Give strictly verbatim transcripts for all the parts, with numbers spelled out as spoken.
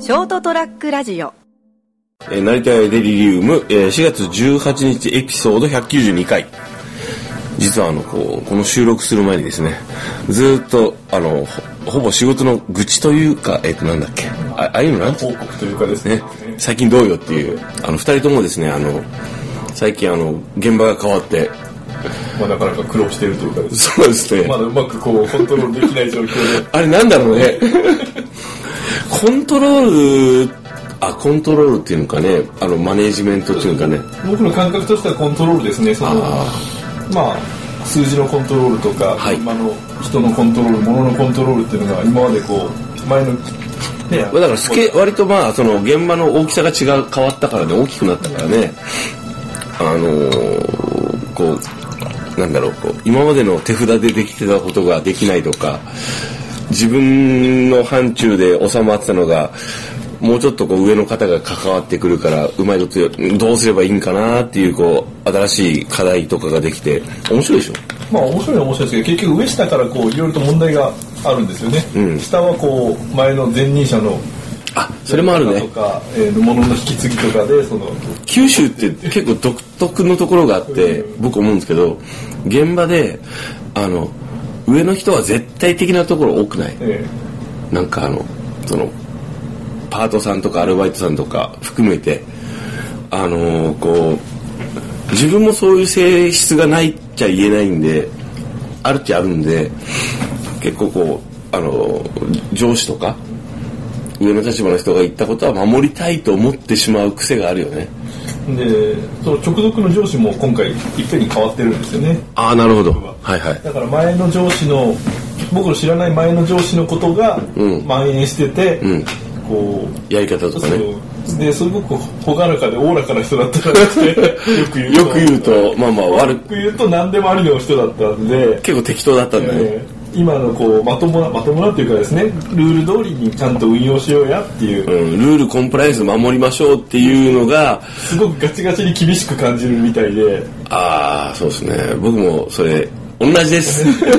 ショートトラックラジオ、 えー、成田屋デリリウム、えー、しがつじゅうはちにちエピソードひゃくきゅうじゅうにかい。実はあのこうこの収録する前にですね、ずっとあの ほ, ほぼ仕事の愚痴というか、えっ、ー、となんだっけ、あああいうのなんて報告というかですね、 最近どうよっていう、あのふたりともですね、あの最近あの現場が変わって、 まあ、なかなか苦労しているというかですね、 そうですね、 まだうまくこうコントロールできない状況であれなんだろうねコントロールあコントロールっていうのかね、あのマネージメントっていうのかね、 僕の感覚としてはコントロールですね。そのまあ数字のコントロールとか、はい、今の人のコントロール、物のコントロールっていうのが今までこう前のね、 だからスケ割とまあその現場の大きさが違う変わったからね、大きくなったからね、あのー、こうなんだろう、こう今までの手札でできてたことができないとか、自分の範疇で収まってたのがもうちょっとこう上の方が関わってくるから、うまいことどうすればいいんかなっていう、こう新しい課題とかができて面白いでしょ。 まあ面白いのは面白いですけど、結局上下からこういろいろと問題があるんですよね、うん、下はこう前の前任者のあそれもあるねとか、えー、物の引き継ぎとかで、その九州って結構独特のところがあって僕思うんですけど、現場であの上の人は絶対的なところ多くない、えー、なんかあのそのパートさんとかアルバイトさんとか含めて、あのー、こう自分もそういう性質がないっちゃ言えないんで、あるっちゃあるんで、結構こうあのー、上司とか上の立場の人が言ったことは守りたいと思ってしまう癖があるよね。 でその直属の上司も今回いっぺんに変わってるんですよね。 ああなるほど、はいはい。 だから前の上司の僕の知らない前の上司のことが蔓延してて、うんうん、こうやり方とかね、 ですごく朗らかでおおらかな人だったらしくてよく言うとよく言うとまあまあ悪く言うと何でもありの人だったんで、 結構適当だったんだね、えー、今のこうまともなまともなっていうかですね、ルール通りにちゃんと運用しようやっていう、 うん、ルールコンプライアンス守りましょうっていうのがすごくガチガチに厳しく感じるみたいで、 ああそうですね、僕もそれ同じですだ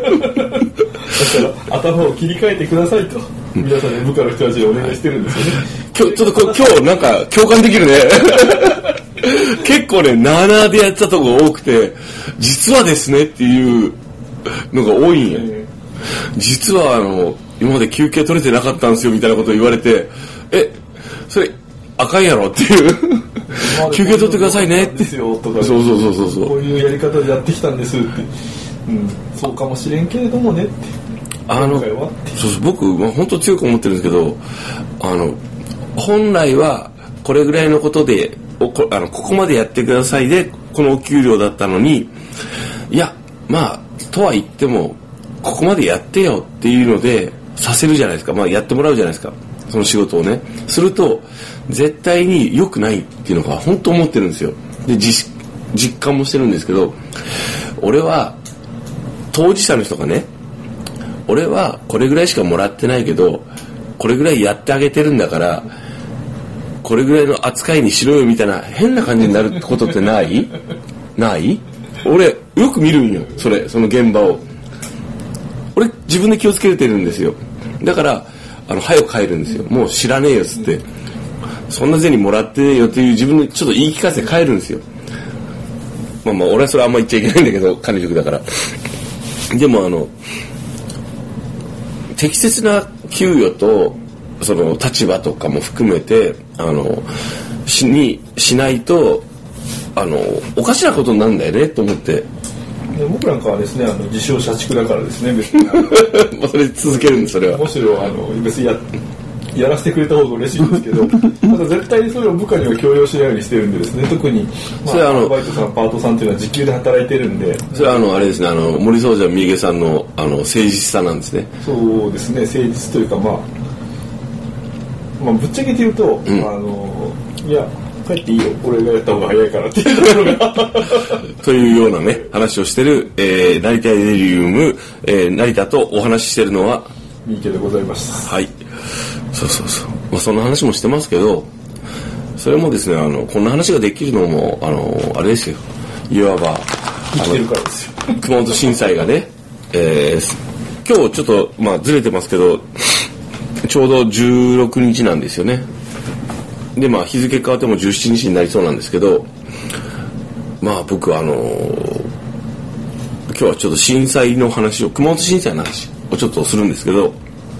から頭を切り替えてくださいと皆さんの部下の人たちにお願いしてるんですよね。 今日ちょっとこ今日なんか共感できるね結構ねなあなあでやってたとこが多くて、実はですねっていうのが多いんや、えー、実はあの今まで休憩取れてなかったんですよみたいなことを言われて、えそれあかんやろっていう休憩取ってくださいねってそうそうそうそうそう、 こういうやり方でやってきたんですって、うん、そうかもしれんけれどもねって、 あのそうそう僕、まあ、本当強く思ってるんですけど、あの本来はこれぐらいのことでおこあのここまでやってくださいでこのお給料だったのに、いやまあとは言ってもここまでやってよっていうのでさせるじゃないですか、まあ、やってもらうじゃないですか、その仕事をね。すると絶対に良くないっていうのが本当思ってるんですよ。で 実, 実感もしてるんですけど、俺は当事者の人がね、俺はこれぐらいしかもらってないけどこれぐらいやってあげてるんだからこれぐらいの扱いにしろよみたいな変な感じになることってないない俺よく見るんよ、それその現場を。俺自分で気をつけてるんですよ。だからあの早く帰るんですよ。もう知らねえよっつって、そんな銭もらってねえよっていう自分でちょっと言い聞かせて帰るんですよ。まあまあ俺はそれあんま言っちゃいけないんだけど管理職だから。でもあの適切な給与とその立場とかも含めてあの し, にしないとあのおかしなことになるんだよねと思って。 僕なんかはですね、あの自称社畜だからですね、別にまあそれ続けるんです。それはむしろあの別に や, やらせてくれた方が嬉しいんですけどただ絶対にそれを部下には強要しないようにしてるんでですね、特に、まあ、それはあのアルバイトさんパートさんっていうのは時給で働いてるんで、 それはあのあれですね、あの森宗者三池さんのあの誠実さなんですね。 そうですね、誠実というか、まあ、まあぶっちゃけて言うと、うん、あのいや帰っていいよ、俺がやった方が早いからっていうところがというようなね話をしてる、えー、成田デリウム、えー、成田とお話ししてるのは三池でございます。 はい、そうそうそう、まあ、そんな話もしてますけど、それもですね、あのこんな話ができるのもあのあれですよ、いわば生きてるからですよ熊本震災がね、えー、今日ちょっとまあずれてますけどちょうどじゅうろくにちなんですよね。でまあ日付変わってもじゅうしちにちになりそうなんですけど、まあ僕あのー、今日はちょっと震災の話を、熊本震災の話をちょっとするんですけど、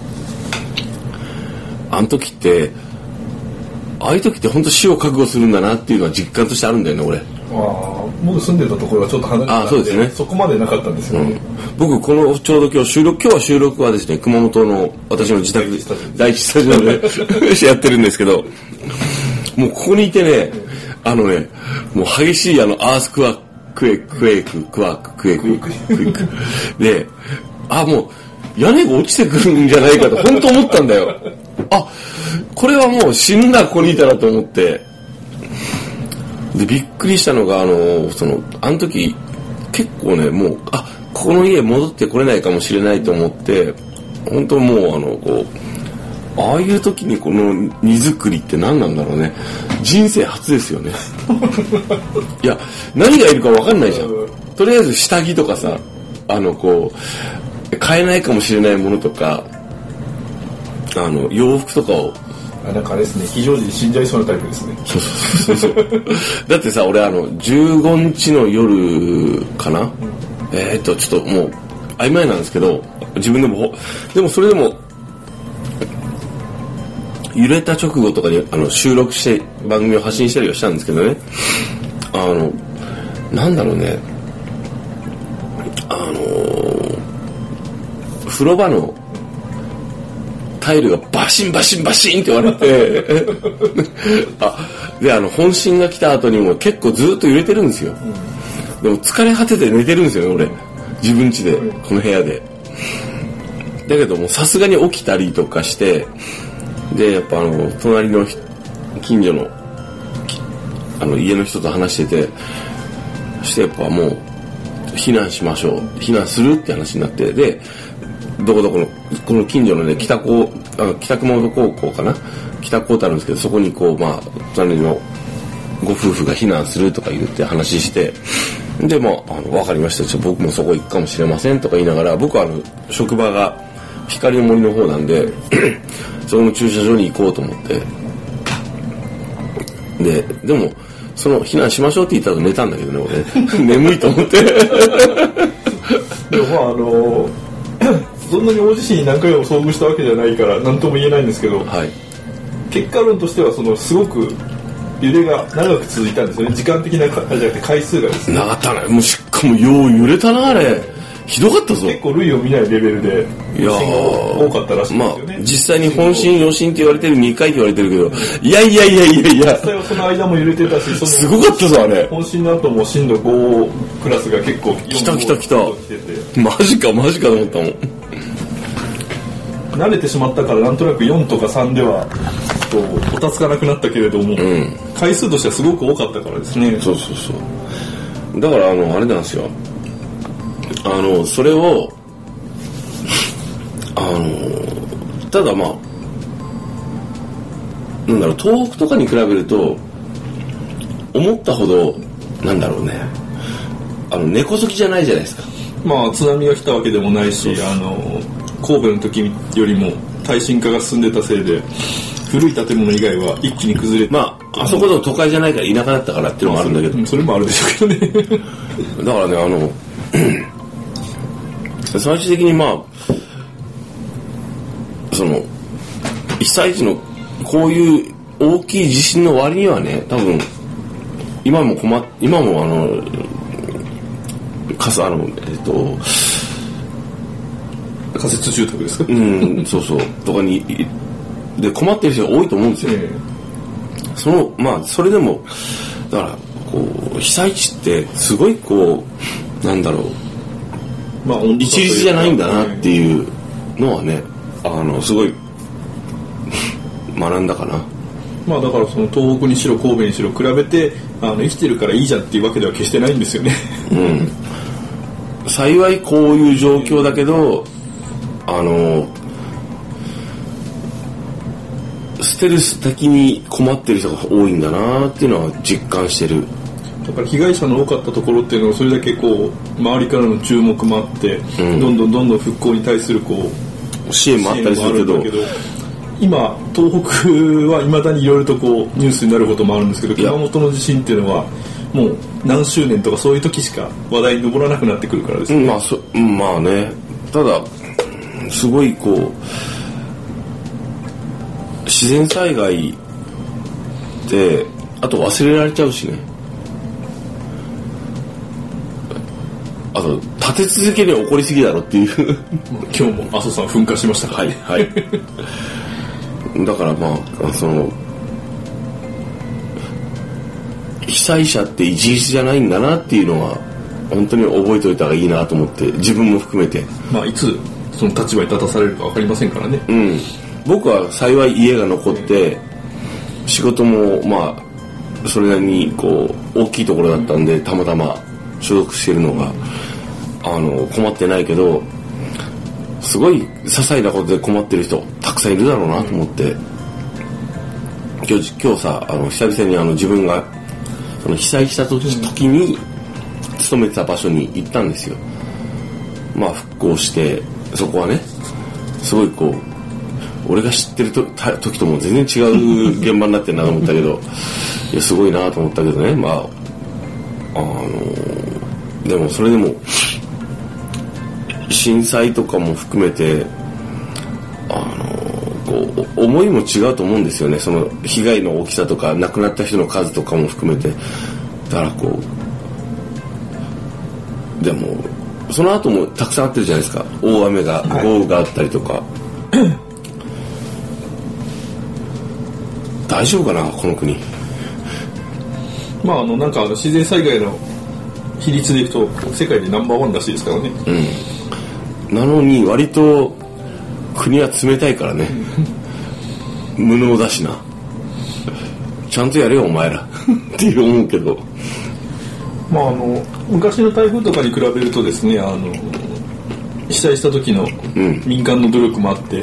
あの時ってああいう時って本当死を覚悟するんだなっていうのは実感としてあるんだよね俺。 あ僕住んでたところはちょっと離れてたんで、 あそうですね、 そこまでなかったんですよ、ね、 うん、僕このちょうど今日収録今日は収録はですね熊本の私の自宅第一スタジオでやってるんですけど、もうここにいてね、あのねもう激しいあのアースクワクエククエククワククエククエクで、あもう屋根が落ちてくるんじゃないかと本当思ったんだよ。あこれはもう死ぬなここにいたらと思って、でびっくりしたのがあのそのあの時結構ねもうあここの家戻ってこれないかもしれないと思って、本当もうあのこうああいう時にこの荷造りって何なんだろうね、人生初ですよね。いや何がいるか分かんないじゃん。とりあえず下着とかさ、あのこう買えないかもしれないものとか、あの洋服とかをあなんかあれですね、非常時に死んじゃいそうなタイプですね。 そうそうそうそうだってさ俺あのじゅうごにちの夜かな、うん、えー、っとちょっともう曖昧なんですけど自分でもでもそれでも揺れた直後とかにあの収録して番組を発信したりはしたんですけどね、あのなんだろうね、あの風呂場のタイルがバシンバシンバシンって割れてあであの本震が来た後にも結構ずっと揺れてるんですよ、うん、でも疲れ果てて寝てるんですよね俺自分家でこの部屋で。だけどもさすがに起きたりとかして、でやっぱあの隣の近所のあの家の人と話してて、そしてやっぱもう避難しましょう避難するって話になって、でどこどこのこの近所のね北高あの北熊本高校かな北高ってあるんですけど、そこにこうまあ隣のご夫婦が避難するとか言って話して、でもあの分かりました、ちょっと僕もそこ行くかもしれませんとか言いながら、僕はあの職場が光の森の方なんでそこの駐車場に行こうと思って、ででもその避難しましょうって言ったら寝たんだけどね俺眠いと思ってでもまああのそんなに大地震に何回も遭遇したわけじゃないから何とも言えないんですけど、はい、結果論としてはそのすごく揺れが長く続いたんですよね。時間的な感じじゃなくて回数がですね長かったね。もうしかもよう揺れたなあれ、ひどかったぞ。 結構類を見ないレベルでいや多かったらしいんですよね、 まあ、実際に本震余震って言われてるにかいって言われてるけど、いやいやいやいやいや実際はその間も揺れてたし、そのすごかったぞあれ。 本震の後も震度ごクラスが結構来た来た来たマジかマジかと思ったもん。 慣れてしまったからなんとなくよんとかさんではこたつかなくなったけれども、うん、回数としてはすごく多かったからですね。 そうそうそうだからあのあれなんですよ、あのそれをあのただまあなんだろう、東北とかに比べると思ったほどなんだろうね、あの根こそぎじゃないじゃないですか。 まあ津波が来たわけでもないし、あの神戸の時よりも耐震化が進んでたせいで古い建物以外は一気に崩れて、 まああそこの都会じゃないから田舎だったからっていうのもあるんだけど、 まあ、それもあるでしょうけどねだからねあの最終的にまあその被災地のこういう大きい地震の割にはね、多分今も困っ今もあのかさあのえっと仮設住宅ですか、 うんそうそうとかにで困ってる人が多いと思うんですよ、えー、そのまあそれでもだからこう被災地ってすごいこうなんだろう、まあ、一律じゃないんだなっていうのはね、あのすごい学んだかな。 まあだからその東北にしろ神戸にしろ比べてあの生きてるからいいじゃんっていうわけでは決してないんですよねうん幸いこういう状況だけどあのステルス的に困ってる人が多いんだなっていうのは実感してる。 だから被害者の多かったところっていうのはそれだけこう周りからの注目もあって、うん、どんどんどんどん復興に対するこう支援もあったりするけど、 今東北はいまだにいろいろとこうニュースになることもあるんですけど、熊本の地震っていうのはもう何周年とかそういう時しか話題に上らなくなってくるからですね、 うん、まあそまあね、ただすごいこう自然災害ってあと忘れられちゃうしね、あと立て続けに起こりすぎだろっていう今日も阿蘇山噴火しましたからね。 はいはいだからまあその被災者って一律じゃないんだなっていうのは本当に覚えておいた方がいいなと思って、自分も含めて、 まあいつその立場に立たされるか分かりませんからね。 うん、僕は幸い家が残って仕事もまあそれなりにこう大きいところだったんで、たまたま所属してるのがあの困ってないけど、すごい些細なことで困ってる人たくさんいるだろうなと思って、今日今日さあの久々にあの自分がその被災した時に勤めてた場所に行ったんですよ。まあ復興してそこはねすごいこう俺が知ってると時とも全然違う現場になってるなと思ったけどいやすごいなと思ったけどね、まああのでもそれでも震災とかも含めてあのこう思いも違うと思うんですよね。その被害の大きさとか亡くなった人の数とかも含めて、だからこうでもその後もたくさんあってるじゃないですか。大雨が豪雨があったりとか、はい、大丈夫かなこの国。 まああのなんかあの自然災害の比率でいくと世界でナンバーワンらしいですからね。 うん。なのに割と国は冷たいからね。無能だしな。ちゃんとやれよお前らっていう思うけど。 まああの昔の台風とかに比べるとですね、あの被災した時の民間の努力もあって、うん、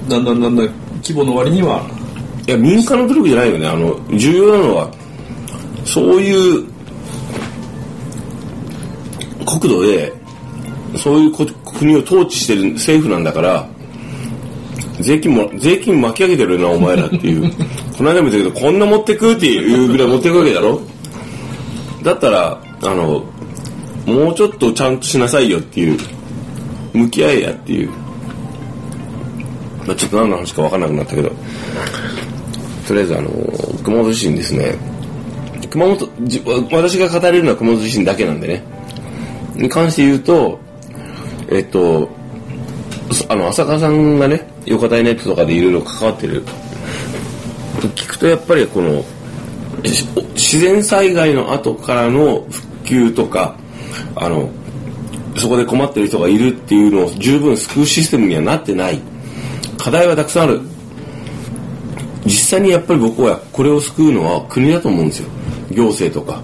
だんだんだんだん規模の割には。 いや民間の努力じゃないよね。あの重要なのはそういう国土でそういう国を統治してる政府なんだから、税金も税金巻き上げてるなお前らっていうこの間も言ったけどこんな持ってくっていうぐらい持ってくわけだろ。だったらあのもうちょっとちゃんとしなさいよっていう、向き合えやっていう、まあ、ちょっと何の話か分からなくなったけど、とりあえずあの熊本地震ですね。熊本私が語れるのは熊本地震だけなんでねに関して言うと、えっとあの浅川さんがねよかたいネットとかでいろいろ関わってると聞くと、やっぱりこの自然災害の後からの復旧とか、あのそこで困ってる人がいるっていうのを十分救うシステムにはなってない。課題はたくさんある。実際にやっぱり僕はこれを救うのは国だと思うんですよ。行政とか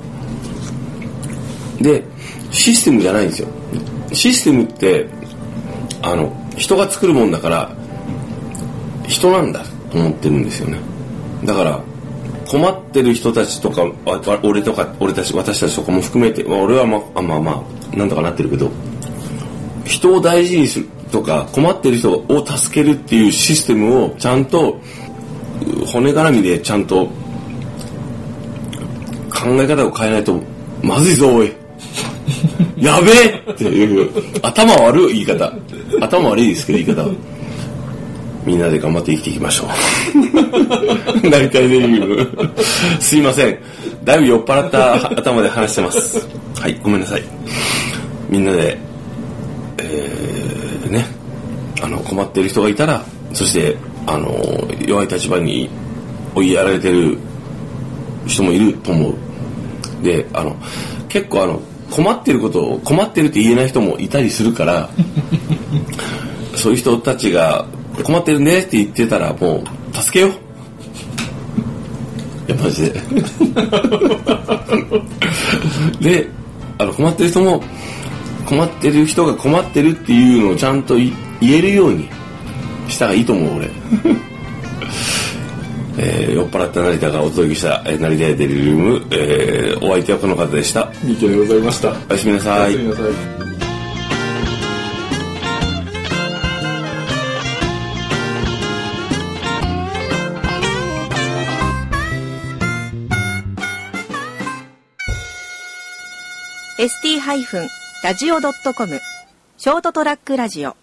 でシステムじゃないんですよ。システムってあの人が作るもんだから人なんだと思ってるんですよね。だから困ってる人たちとか俺とか俺たち私たちとかも含めて、まあ、俺はまあまあまあなんとかなってるけど、人を大事にするとか困ってる人を助けるっていうシステムをちゃんと骨絡みでちゃんと考え方を変えないとまずいぞおいやべえっていう頭悪い言い方、頭悪いですけど言い方はみんなで頑張って生きていきましょうなりたいネームすいません、だいぶ酔っ払った頭で話してます。はいごめんなさい。みんなで、えー、ねあの困っている人がいたら、そしてあの弱い立場に追いやられてる人もいると思う。であの結構あの困ってることを困ってるって言えない人もいたりするからそういう人たちが困ってるねって言ってたらもう助けよう。いやマジでであの困ってる人も困ってる人が困ってるっていうのをちゃんと言えるようにしたらいいと思う俺えー、酔っ払った成田がお届けした、えー、成田デリリウム、えー、お相手はこの方でした。 ミケでございました。 おやすみなさい。 おやすみなさい。 エスティー ラジオ ドットコム ショートトラックラジオ